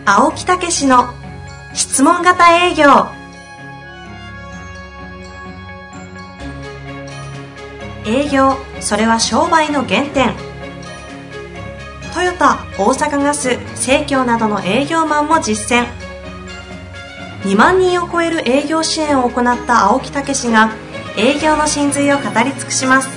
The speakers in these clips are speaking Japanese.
青木武の質問型営業。営業、それは商売の原点。トヨタ、大阪ガス、生協などの営業マンも実践。2万人を超える営業支援を行った青木武が営業の真髄を語り尽くします。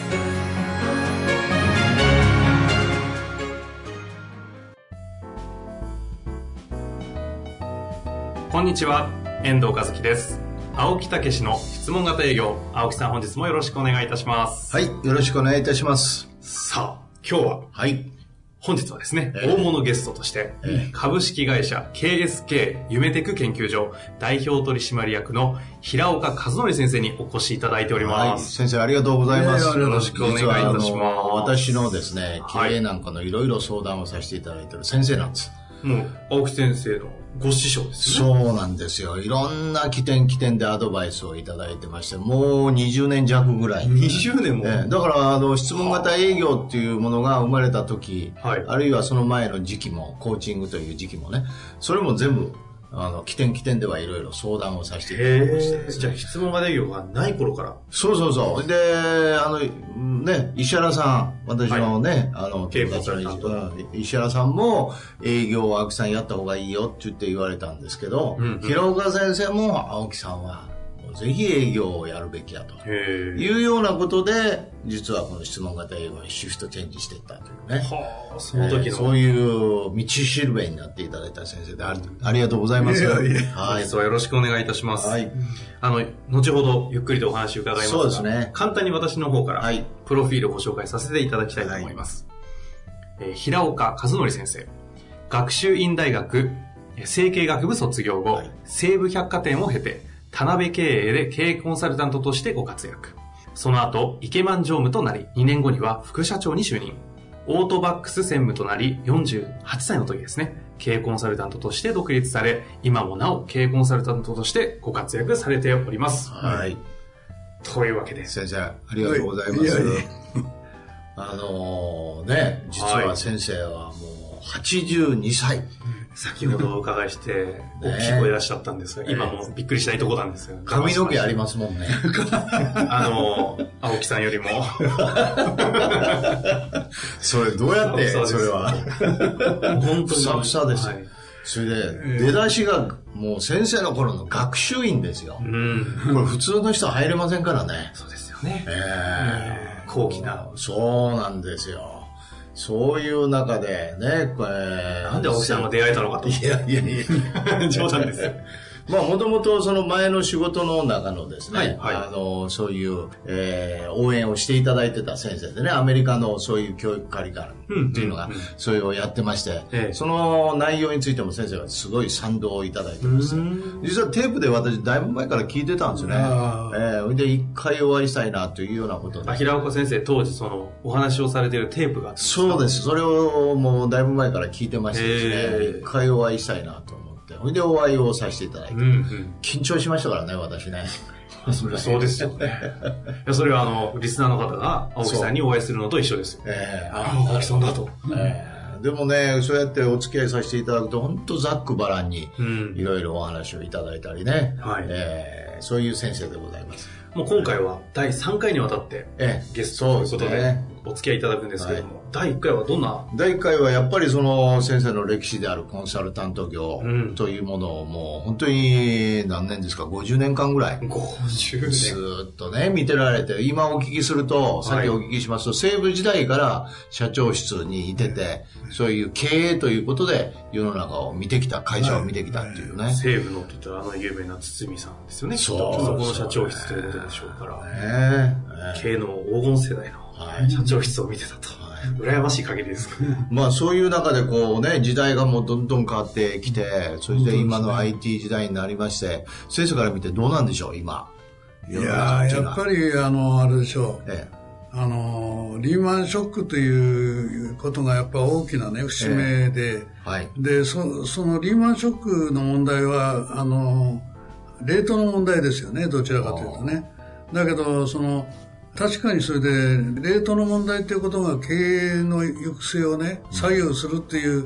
こんにちは、遠藤和樹です。青木武の質問型営業。青木さん、本日もよろしくお願いいたします。 はい、よろしくお願いいたします。 さあ、今日は、 はい、 本日はですね、大物ゲストとして、株式会社 KSK 夢テク研究所代表取締役の平岡和則先生にお越しいただいております。 はい、先生ありがとうございます。 よろしくお願いいたします。 私のですね、経営なんかのいろいろ相談をさせていただいている先生なんです。 もう青木先生のご師匠ですね。そうなんですよ。いろんな起点でアドバイスをいただいてまして、もう20年弱ぐらい。 20年も、 だから質問型営業っていうものが生まれた時、あるいはその前の時期も、コーチングという時期もね、それも全部起点ではいろいろ相談をさせていただきまして、 じゃあ質問型営業がない頃から。 そうで石原さん、私のね、 友達の石原さんも営業を青木さんやった方がいいよって言われたんですけど、平岡先生も青木さんはぜひ営業をやるべきだというようなことで、実はこの質問型営業にシフトチェンジしていったというね。 その時の、 そういう道しるべになっていただいた先生でありがとうございます。 はい。本日はよろしくお願いいたします。はい。後ほどゆっくりとお話を伺いますが、 そうですね。 簡単に私の方から、プロフィールをご紹介させていただきたいと思います。平岡和則先生。学習院大学政経学部卒業後、西武百貨店を経て、田辺経営で経営コンサルタントとしてご活躍。その後、イケマン常務となり、2年後には副社長に就任。オートバックス専務となり、48歳の時ですね、経営コンサルタントとして独立され、今もなお経営コンサルタントとしてご活躍されております。 はい。 というわけで。 先生、ありがとうございます。実は先生はもう82歳。 先ほどお伺いして、大きい声出しちゃったんですが、今もびっくりしたいとこなんですよ。 髪の毛ありますもんね。 青木さんよりも。 それどうやって、それは。 本当に。 ふさふさです。はい、それで、出だしがもう先生の頃の学習院ですよ。これ普通の人は入れませんからね。 そうですよね。高貴な。 そうなんですよ。そういう中でね、 なんで青木さんが出会えたのかと。 いや冗談ですよ。 もともとその前の仕事の中のですね、そういう、応援をしていただいてた先生でね、アメリカのそういう教育カリキュラムっていうのが、それをやってまして、その内容についても先生がすごい賛同をいただいてまして、実はテープで私だいぶ前から聞いてたんですよね。で、一回お会いしたいなというようなことで。 平岡先生、当時そのお話をされているテープが。 そうです。それをもうだいぶ前から聞いてましてですね、一回お会いしたいなと。それでお会いをさせていただいて、緊張しましたからね、私ね。 そうですよね。それはリスナーの方が青木さんにお会いするのと一緒ですよ。青木さんだと。 でもね、そうやってお付き合いさせていただくと、本当ざっくばらんにいろいろお話をいただいたりね、そういう先生でございます。 もう今回は第3回にわたってゲストということでお付き合いいただくんですけれども、第1回はどんな？ 第1回はやっぱりその先生の歴史であるコンサルタント業というものをもう本当に何年ですか、50年間ぐらい。 50年。 ずっとね、見てられて、今お聞きすると、さっきお聞きしますと、西武時代から社長室にいてて、そういう経営ということで世の中を見てきた、会社を見てきたっていうね。 西武のって言ったら有名な堤さんですよね。そこの社長室ということでしょうから。経営の黄金世代の社長室を見てたと。羨ましい限りです。 そういう中でこうね、時代がもうどんどん変わってきて、そして今の IT 時代になりまして、先生から見てどうなんでしょう、今。 いやっぱりあれでしょう。リーマンショックということがやっぱ大きなね、節目で、で、そのリーマンショックの問題は、レートの問題ですよね、どちらかというとね。だけど、確かにそれで、レートの問題ということが経営の行く末をね、左右するっていう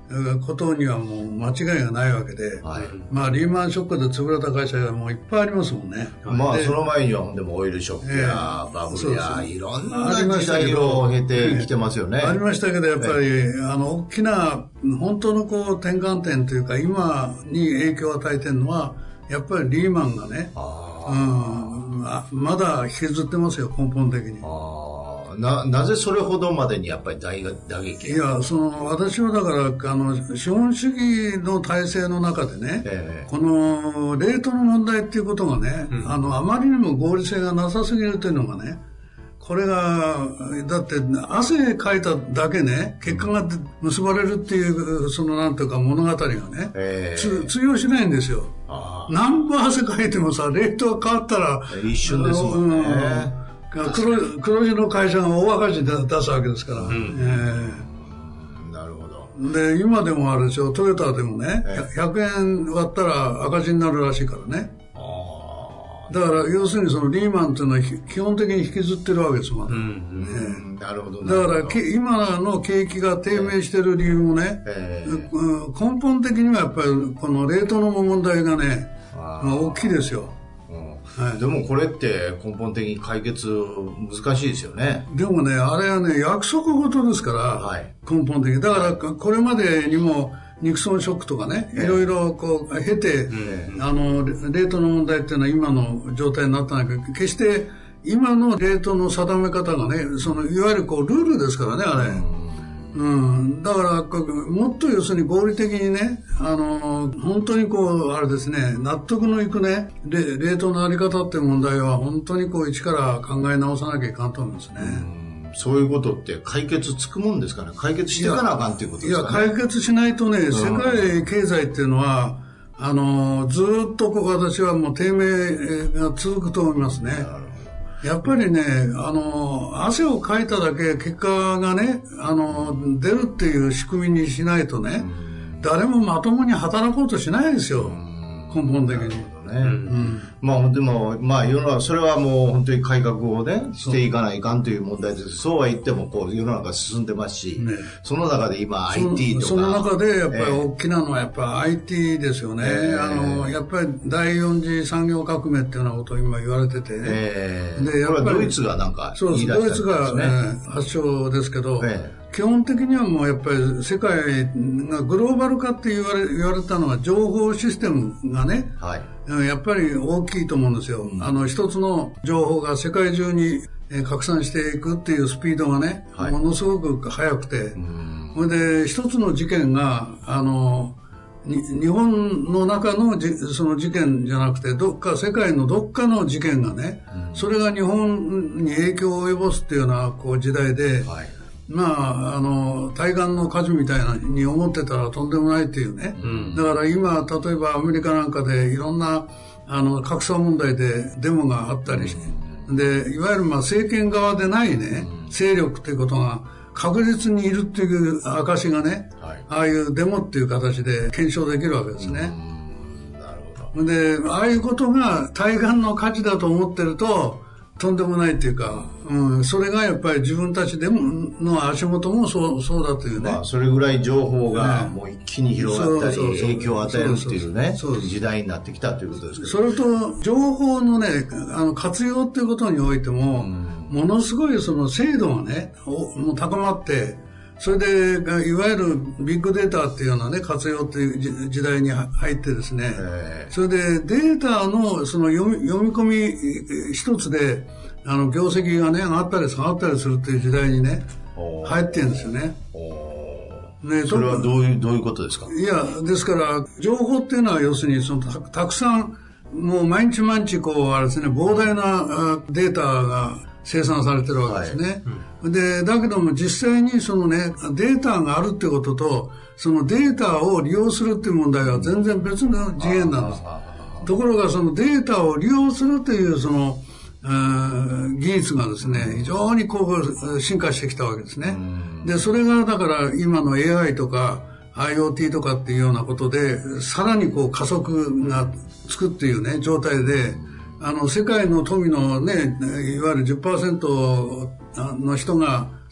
ことにはもう間違いがないわけで、はい、まあリーマンショックで潰れた会社がもういっぱいありますもんね。 まあその前にはでもオイルショックやバブルやいろんな時代を経てきてますよね。 ありましたけどやっぱり、大きな本当のこう転換点というか今に影響を与えてるのはやっぱりリーマンがね、まだ引きずってますよ根本的に。 なぜそれほどまでにやっぱり打撃？ いや、私はだから資本主義の体制の中でね、このレートの問題っていうことがね、あまりにも合理性がなさすぎるというのがね、これがだって汗かいただけね結果が結ばれるっていうなんていうか物語がね、通用しないんですよ。何分汗かいてもさレートが変わったら一瞬ですもんね。 黒字の会社が大赤字で出すわけですから、なるほど。 で今でもあるでしょ、トヨタでもね、100円割ったら赤字になるらしいからね。だから要するにリーマンっていうのは基本的に引きずってるわけですもん、 なるほど。 だから今の景気が低迷してる理由もね、根本的にはやっぱりこのレートの問題がね、大きいですよ。 はい、でもこれって根本的に解決難しいですよね。 でもね、あれはね、約束事ですから、はい、根本的に。だから、これまでにも、ニクソンショックとかね、いろいろこう、経て、レートの問題っていうのは今の状態になったんだけど、決して今のレートの定め方がね、いわゆるこう、ルールですからね、あれ。だからもっと要するに合理的にね、本当にこうあれですね、納得のいくねレートのあり方っていう問題は本当にこう一から考え直さなきゃいかんと思いますね。 そういうことって解決つくもんですかね。解決していかなあかんっていうことですかね。 いや解決しないとね、世界経済っていうのはずっと私はもう低迷が続くと思いますね。やっぱりね、汗をかいただけ結果がね、出るっていう仕組みにしないとね、誰もまともに働こうとしないですよ、根本的に。まあでも、まあ世の中、それはもう本当に改革をね、していかないかんという問題です。そうは言っても、こう世の中進んでますし、その中で今 IT とか。その中でやっぱり大きなのはやっぱ IT ですよね。やっぱり第4次産業革命っていうようなことを今言われてて、 で、やっぱりドイツがなんか言い出したんですね。ドイツが発祥ですけど、基本的にはもうやっぱり世界がグローバル化って言われたのは情報システムがね、やっぱり大きいと思うんですよ。一つの情報が世界中に拡散していくっていうスピードがね、ものすごく速くて、それで一つの事件が日本の中のその事件じゃなくて世界のどっかの事件がね、それが日本に影響を及ぼすっていうようなこう時代で、まあ、対岸の火事みたいなに思ってたらとんでもないっていうね。だから今、例えばアメリカなんかでいろんな、格差問題でデモがあったりして、で、いわゆる政権側でないね、勢力っていうことが確実にいるっていう証がね、ああいうデモっていう形で検証できるわけですね。なるほど。で、ああいうことが対岸の火事だと思ってると、とんでもないっていうか、それがやっぱり自分たちでもの足元もそうだというね。まあ、 それぐらい情報がもう一気に広がったり、影響を与えるっていうね、時代になってきたということですけど。 それと、情報のね、活用っていうことにおいても、ものすごい精度がね、もう高まって、それで、いわゆるビッグデータっていうようなね、活用っていう時代に入ってですね、それでデータの読み込み一つで、業績がね、上がったり下がったりするっていう時代にね、入ってるんですよね。 それはどういうことですか？ いや、ですから、情報っていうのは要するにたくさん、もう毎日毎日あれですね、膨大なデータが生産されてるわけですね。で、だけども実際にデータがあるってことと、そのデータを利用するっていう問題は全然別の次元なんです。ところがそのデータを利用するという技術がですね、非常に進化してきたわけですね。で、それがだから今の AI とか IoT とかっていうようなことで、さらに加速がつくっていうね、状態で、世界の富のね、いわゆる 10% の人が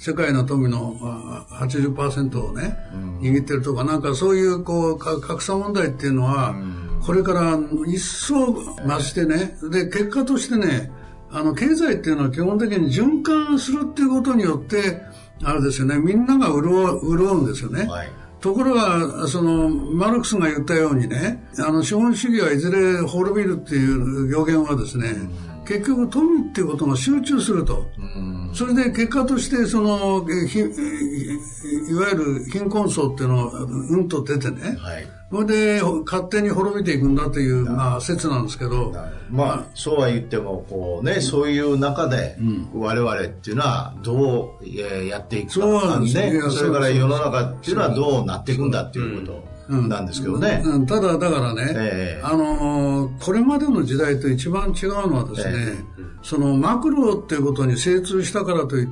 世界の富の 80% をね、握ってるとか、なんかそういう格差問題っていうのは、これから一層増してね、で、結果としてね、経済っていうのは基本的に循環するっていうことによって、あれですよね、みんなが潤うんですよね。はい、ところが、マルクスが言ったようにね、資本主義はいずれ滅びるっていう予言はですね、結局富っていうことが集中すると。それで結果として、いわゆる貧困層っていうのはうんと出てね、はい、それで勝手に滅びていくんだという、説なんですけど、 そうは言ってもこうね、そういう中で我々っていうのはどうやっていくか、そうなんですね。それから世の中っていうのはどうなっていくんだっていうことなんですけどね。 ただだからね、これまでの時代と一番違うのはですね、そのマクロっていうことに精通したからといって、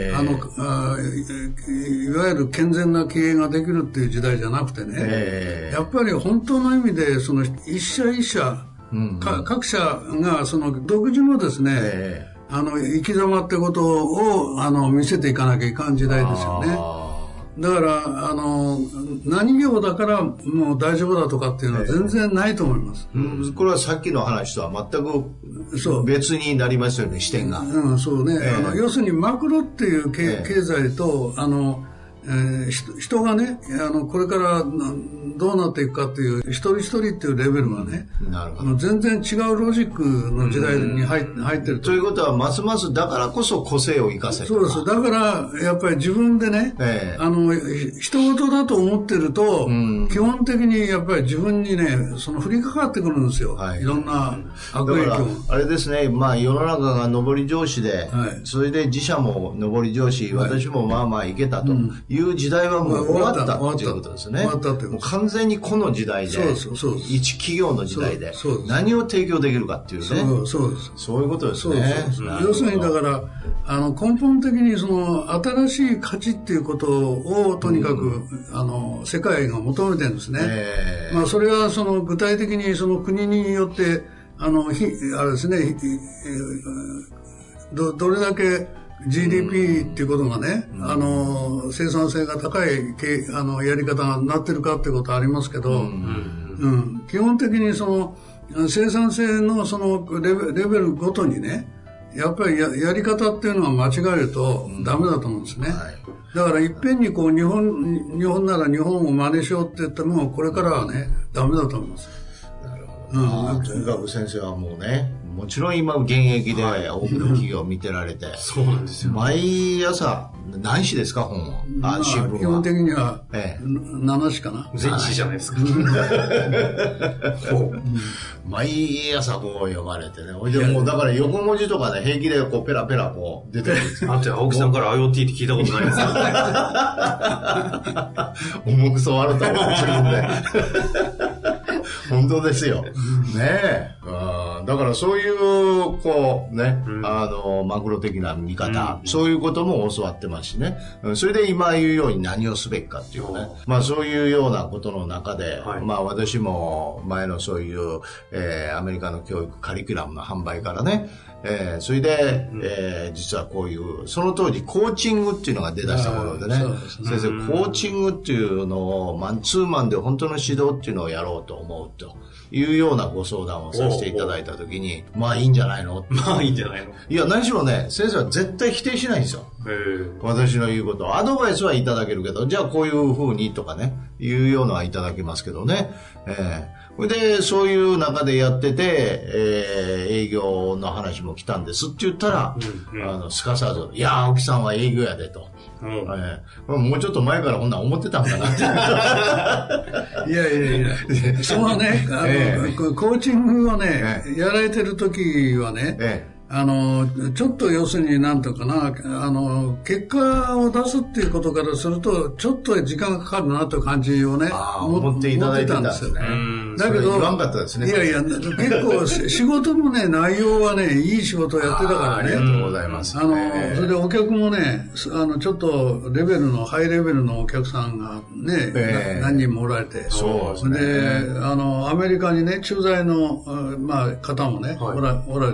いわゆる健全な経営ができるっていう時代じゃなくてね、やっぱり本当の意味でその一社一社、各社がその独自のですね、生き様ってことを見せていかなきゃいかん時代ですよね。だから何業だからもう大丈夫だとかっていうのは全然ないと思います。 これはさっきの話とは全く別になりますよね、視点が。 そうね。要するにマクロっていう経済と人がね、これからどうなっていくかっていう一人一人っていうレベルがね、全然違うロジックの時代に入ってるということは、ますますだからこそ個性を生かせる。 そうです。だからやっぱり自分でね、人事だと思ってると、基本的にやっぱり自分にね、降りかかってくるんですよ。いろんな悪影響。 あれですね、世の中が上り調子で、それで自社も上り調子、私もいけたという時代はもう終わったっていうことですね。 終わったってこと。 完全にこの時代で、一企業の時代で何を提供できるかっていうね。そういうことですね。 要するにだから根本的にその新しい価値っていうことをとにかく世界が求めてるんですね。それはその具体的にその国によってあれですね、どれだけGDP っていうことがね、生産性が高いやり方になってるかっていうことはありますけど、基本的にその生産性のそのレベルごとにね、やっぱり やり方っていうのは間違えるとダメだと思うんですね。だからいっぺんにこう日本なら日本を真似しようって言ってもこれからはねダメだと思います。 なるほど。とにかく先生はもうね、もちろん今現役で多くの企業を見てられて、 そうなんですよ。 毎朝何紙ですか、本を。新聞は基本的には7紙かな。 全紙じゃないですか。 毎朝本を読まれてね。でもうだから横文字とかね、平気でこうペラペラこう出てるんですよ。 あと青木さんから IoT って聞いたことないですか。重くそわると思って自分で。本当ですよ。ねえ。だからそういう、こうね、マクロ的な見方、そういうことも教わってますしね。それで今言うように何をすべきかっていうね。そういうようなことの中で、私も前のそういう、アメリカの教育カリキュラムの販売からね、それで、実はこういう、その当時コーチングっていうのが出だしたものでね、先生、コーチングっていうのをマンツーマンで本当の指導っていうのをやろうと思うというようなご相談をさせていただいたときに、いいんじゃないの？ いいんじゃないの？ いや、何しろね、先生は絶対否定しないんですよ。私の言うことを。アドバイスはいただけるけど、じゃあこういう風にとかね、いうようのはいただけますけどね。で、そういう中でやってて、営業の話も来たんですって言ったら、すかさず、いや、青木さんは営業やでと。もうちょっと前からこんなん思ってたんだなって。 いや。そのね、コーチングをね、やられてる時はね、ちょっと要するになんというかな、結果を出すっていうことからすると、ちょっと時間がかかるなという感じをね、 思っていただいてたんですよね。 だけど、 言わんかったですね。 いや、結構仕事もね、内容はね、いい仕事をやってたからね。 ありがとうございます。 それでお客もね、ちょっとハイレベルのお客さんがね、何人もおられて。 そうですね。 で、アメリカにね、駐在の、方もね、おられて。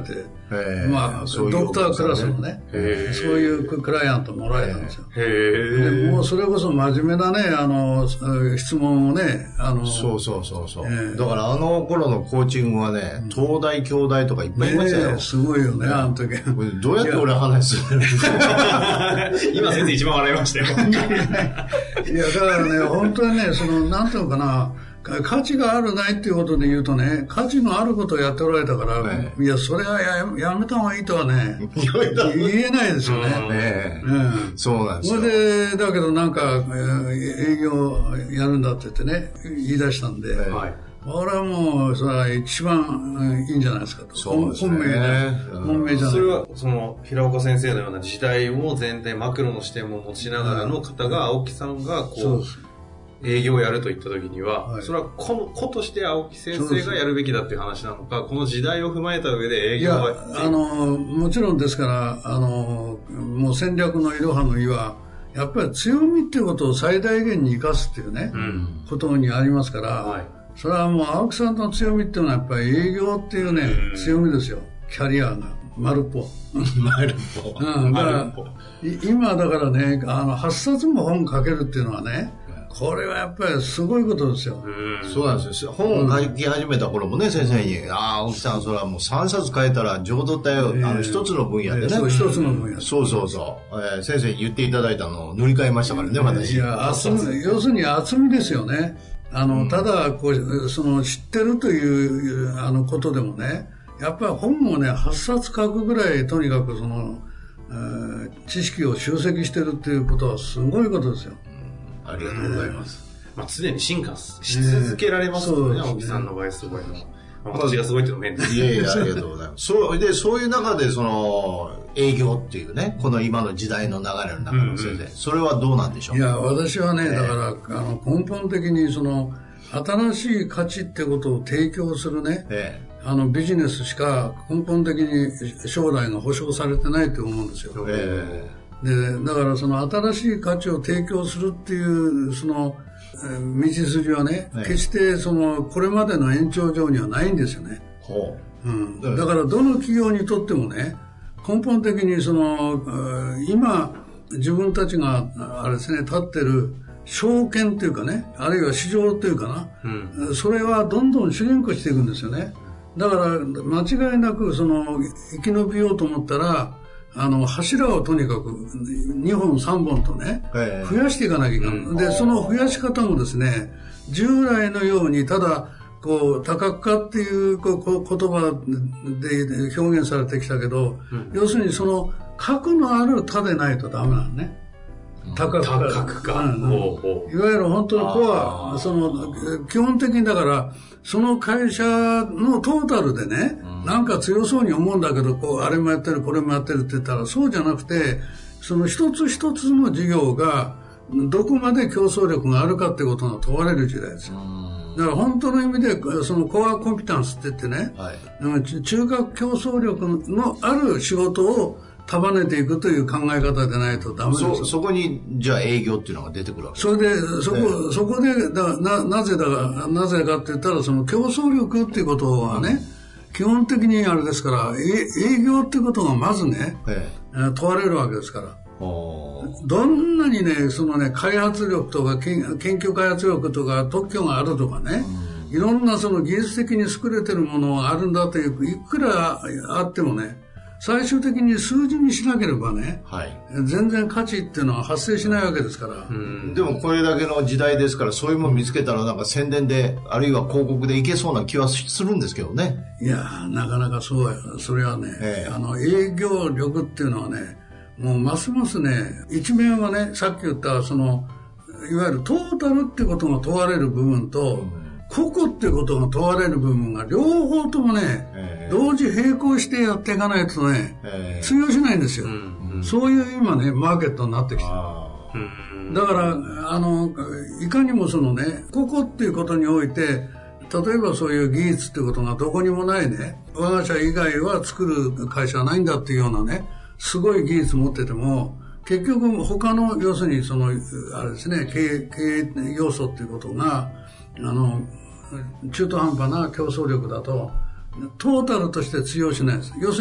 まあ、ドクタークラスのね、そういうクライアントもらえたんですよ。でもうそれこそ真面目なね、質問をね、 そう。だから頃のコーチングはね、東大、京大とかいっぱいいましたよ。 すごいよね、あの時。 どうやって俺話するんですか今先生一番笑いましたよ。 いや、だからね、本当にね、なんていうのかな、価値があるないっていうことで言うとね、価値のあることをやっておられたから、いや、それはやめた方がいいとはね、言えないですよね。 そうなんですよ。 それで、だけどなんか、営業やるんだって言ってね、言い出したんで、俺はもう、それは一番いいんじゃないですかと。 そうですね。 本命じゃない。 それは、平岡先生のような時代を全体、マクロの視点も持ちながらの方が、青木さんが、営業をやるといった時には、それは個として青木先生がやるべきだっていう話なのか、この時代を踏まえた上で営業は。 もちろんですから、もう戦略のいろはの意は、やっぱり強みっていうことを最大限に生かすっていうね、ことにありますから、それはもう青木さんの強みっていうのはやっぱり営業っていうね、強みですよ。キャリアが。丸っぽ。 丸っぽ。 だから今だからね、8冊も本書けるっていうのはね、これはやっぱりすごいことですよ。 そうなんですよ。本を書き始めた頃もね、先生に、青木さん、それはもう3冊書いたら上等だよ。一つの分野でね。 一つの分野。 そう。先生に言っていただいたのを塗り替えましたからね、私。 いや、要するに厚みですよね。ただ、知ってるという、ことでもね、やっぱり本をね、8冊書くぐらい、とにかく知識を集積してるっていうことはすごいことですよ。 ありがとうございます。 常に進化し続けられますよね、青木さんの場合すごいの。私がすごいっていうのも変です。 いや、ありがとうございます。そういう中で、営業っていうね、この今の時代の流れの中の先生、それはどうなんでしょう？ いや、私はね、だから、根本的に新しい価値ってことを提供するね、ビジネスしか根本的に将来が保証されてないと思うんですよ。で、だから新しい価値を提供するっていう道筋はね、決してこれまでの延長上にはないんですよね。だからどの企業にとってもね、根本的に今自分たちがあれですね、立ってる証券というかね、あるいは市場というかな、それはどんどん主人化していくんですよね。だから間違いなく生き延びようと思ったら、柱をとにかく2本3本とね、増やしていかなきゃいけない。で、その増やし方もですね、従来のようにただ多角化っていう言葉で表現されてきたけど、要するに核のある他でないとダメなのね。多角化。いわゆる本当のコア、基本的にだから、その会社のトータルでね、なんか強そうに思うんだけど、あれもやってる、これもやってるって言ったら、そうじゃなくて、一つ一つの事業が、どこまで競争力があるかってことが問われる時代ですよ。だから本当の意味で、コアコンピタンスって言ってね、中核競争力のある仕事を束ねていくという考え方でないとダメですよ。 そこに、じゃあ営業っていうのが出てくるわけです。 それで、そこで、なぜかって言ったら、競争力っていうことはね、基本的にあれですから、営業っていうことがまずね、問われるわけですから。どんなにね、開発力とか研究開発力とか特許があるとかね、いろんな技術的に優れてるものがあるんだという、いくらあってもね、最終的に数字にしなければね、全然価値っていうのは発生しないわけですから。 でもこれだけの時代ですから、そういうもの見つけたらなんか宣伝で、あるいは広告でいけそうな気はするんですけどね。 いやー、なかなかそれはね、営業力っていうのはね、もうますますね、一面はね、さっき言ったいわゆるトータルってことが問われる部分と、個々ってことが問われる部分が両方ともね、同時並行してやっていかないとね、通用しないんですよ。そういう今ね、マーケットになってきてる。だから、いかにも個々っていうことにおいて、例えばそういう技術っていうことがどこにもないね、我が社以外は作る会社はないんだっていうようなね、すごい技術持ってても、結局他の、要するにあれですね、経営要素っていうことが、中途半端な競争力だと、トータルとして通用しないです。要するに、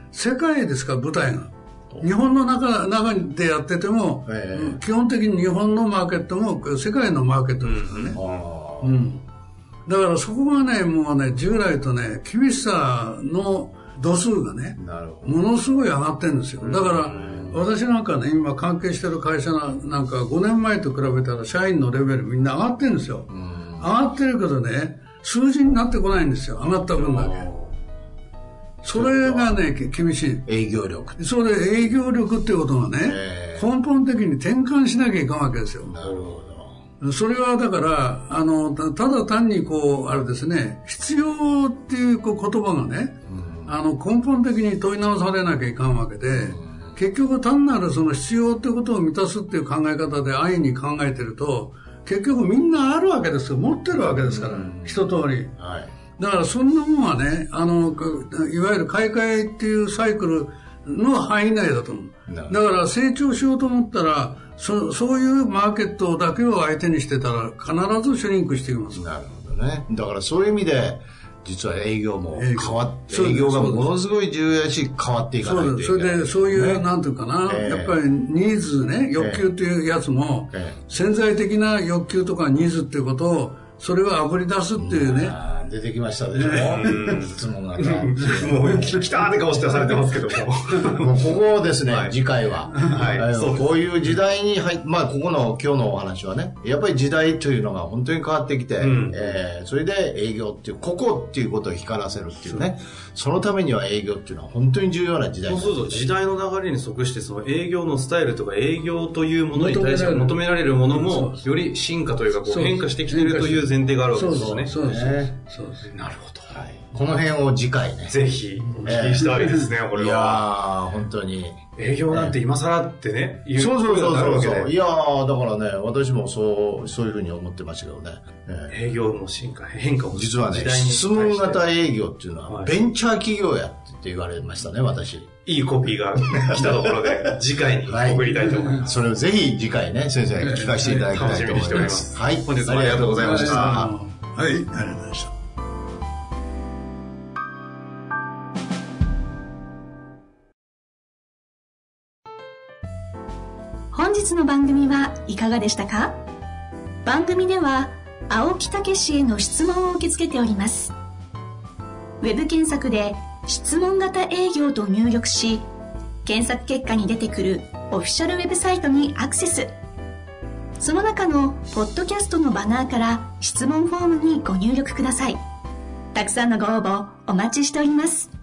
世界ですから舞台が。日本の中でやってても、基本的に日本のマーケットも世界のマーケットですからね。だからそこがね、もうね、従来とね、厳しさの度数がね、ものすごい上がってるんですよ。だから、私なんかね、今関係してる会社なんか5年前と比べたら社員のレベルみんな上がってるんですよ。上がってるけどね、数字になってこないんですよ。上がった分だけ。それがね、厳しい。 営業力。 それで営業力っていうことがね、根本的に転換しなきゃいかんわけですよ。 なるほど。それはだから、ただ単にあれですね、必要っていう言葉がね、根本的に問い直されなきゃいかんわけで、結局単なるその必要ってことを満たすっていう考え方で安易に考えてると、結局みんなあるわけですよ。持ってるわけですから、一通り。だからそんなもんはね、いわゆる買い替えっていうサイクルの範囲内だと思う。だから成長しようと思ったら、そういうマーケットだけを相手にしてたら必ずシュリンクしていきます。 なるほどね。だからそういう意味で、実は営業も変わって、営業がものすごい重要だし、変わっていかないといけない。 それで、そういう、なんていうかな、やっぱりニーズね、欲求っていうやつも、潜在的な欲求とかニーズっていうことを、それをあぶり出すっていうね。 出てきましたでしょ。質問が。もう、来たーって顔してされてますけども。ここですね、次回は。こういう時代にここの今日のお話はね、やっぱり時代というのが本当に変わってきて、それで営業っていう、ここっていうことを光らせるっていうね、そのためには営業っていうのは本当に重要な時代です。 そう時代の流れに即して、その営業のスタイルとか営業というものに対して求められるものも、より進化というか変化してきているという前提があるわけですよね。 そうですね。 なるほど。 この辺を次回ね。 ぜひ、お聞きしたいですね、これは。 いやー、本当に。 営業なんて今更ってね、 そう。いやー、だからね、私もそういうふうに思ってましたけどね。 営業の進化、変化も実はね、質問型営業っていうのは、ベンチャー企業やって言われましたね、私。 いいコピーが来たところで、次回に送りたいと思います。 それをぜひ次回ね、先生聞かせていただきたいと思います。 はい。本日もありがとうございました。 はい、ありがとうございました。 本日の番組はいかがでしたか？番組では青木武氏への質問を受け付けております。ウェブ検索で質問型営業と入力し、検索結果に出てくるオフィシャルウェブサイトにアクセス。その中のポッドキャストのバナーから質問フォームにご入力ください。たくさんのご応募お待ちしております。